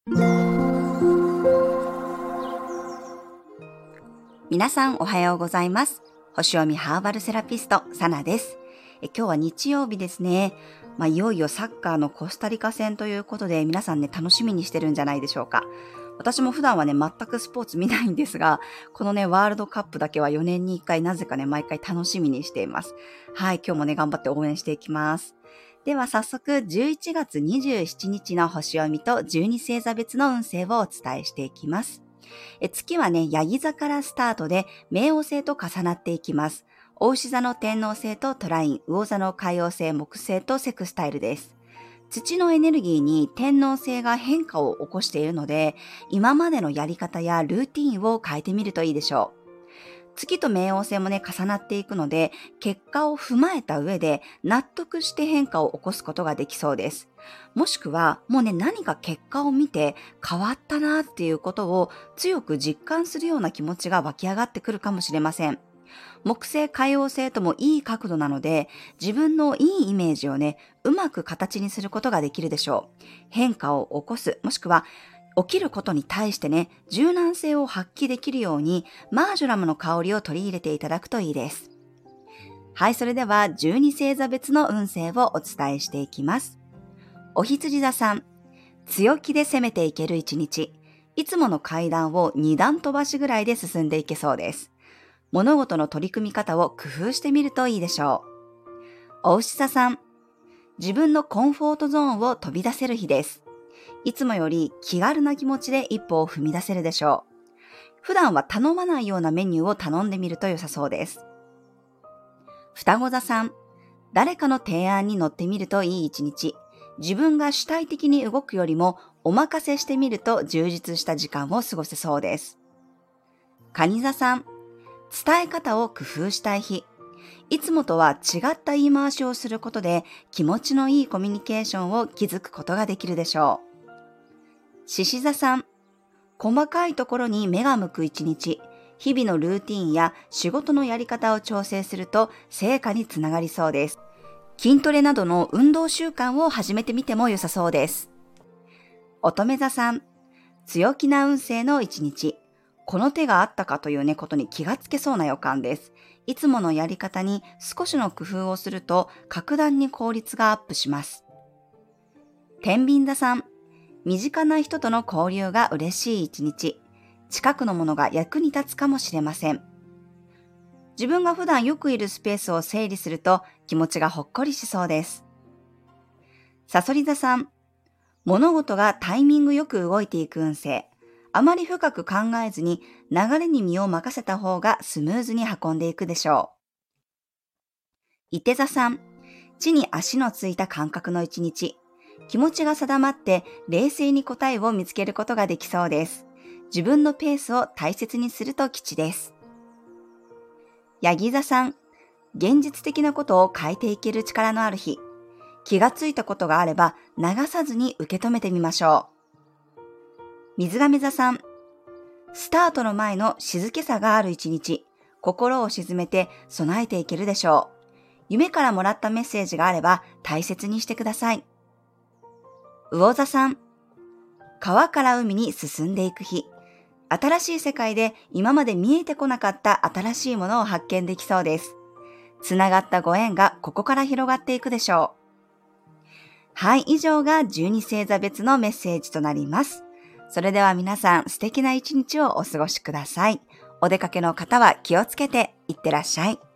皆さんおはようございます。星読みハーバルセラピストサナです。今日は日曜日ですね。いよいよサッカーのコスタリカ戦ということで皆さんね楽しみにしてるんじゃないでしょうか。私も普段はね全くスポーツ見ないんですが、このねワールドカップだけは4年に1回なぜかね毎回楽しみにしています。はい、今日もね頑張って応援していきます。では早速11月27日の星読みと12星座別の運勢をお伝えしていきます。月はね、ヤギ座からスタートで、冥王星と重なっていきます。牡牛座の天王星とトライン、魚座の海王星、木星とセクスタイルです。土のエネルギーに天王星が変化を起こしているので、今までのやり方やルーティンを変えてみるといいでしょう。月と冥王星もね、重なっていくので、結果を踏まえた上で納得して変化を起こすことができそうです。もしくは、もうね、何か結果を見て変わったなっていうことを強く実感するような気持ちが湧き上がってくるかもしれません。木星、海王星ともいい角度なので、自分のいいイメージをね、うまく形にすることができるでしょう。変化を起こす、もしくは起きることに対してね、柔軟性を発揮できるように、マージョラムの香りを取り入れていただくといいです。はい、それでは12星座別の運勢をお伝えしていきます。お羊座さん、強気で攻めていける一日。いつもの階段を2段飛ばしぐらいで進んでいけそうです。物事の取り組み方を工夫してみるといいでしょう。お牛座さん、自分のコンフォートゾーンを飛び出せる日です。いつもより気軽な気持ちで一歩を踏み出せるでしょう。普段は頼まないようなメニューを頼んでみると良さそうです。双子座さん、誰かの提案に乗ってみるといい一日。自分が主体的に動くよりもお任せしてみると充実した時間を過ごせそうです。蟹座さん、伝え方を工夫したい日。いつもとは違った言い回しをすることで気持ちのいいコミュニケーションを築くことができるでしょう。獅子座さん、細かいところに目が向く一日。日々のルーティンや仕事のやり方を調整すると成果につながりそうです。筋トレなどの運動習慣を始めてみても良さそうです。乙女座さん、強気な運勢の一日。この手があったかというねことに気がつけそうな予感です。いつものやり方に少しの工夫をすると格段に効率がアップします。天秤座さん、身近な人との交流が嬉しい一日。近くのものが役に立つかもしれません。自分が普段よくいるスペースを整理すると気持ちがほっこりしそうです。蠍座さん、物事がタイミングよく動いていく運勢。あまり深く考えずに流れに身を任せた方がスムーズに運んでいくでしょう。射手座さん、地に足のついた感覚の一日。気持ちが定まって冷静に答えを見つけることができそうです。自分のペースを大切にすると吉です。ヤギ座さん、現実的なことを変えていける力のある日。気がついたことがあれば流さずに受け止めてみましょう。水亀座さん、スタートの前の静けさがある一日。心を静めて備えていけるでしょう。夢からもらったメッセージがあれば大切にしてください。魚座さん、川から海に進んでいく日。新しい世界で今まで見えてこなかった新しいものを発見できそうです。つながったご縁がここから広がっていくでしょう。はい、以上が12星座別のメッセージとなります。それでは皆さん素敵な一日をお過ごしください。お出かけの方は気をつけていってらっしゃい。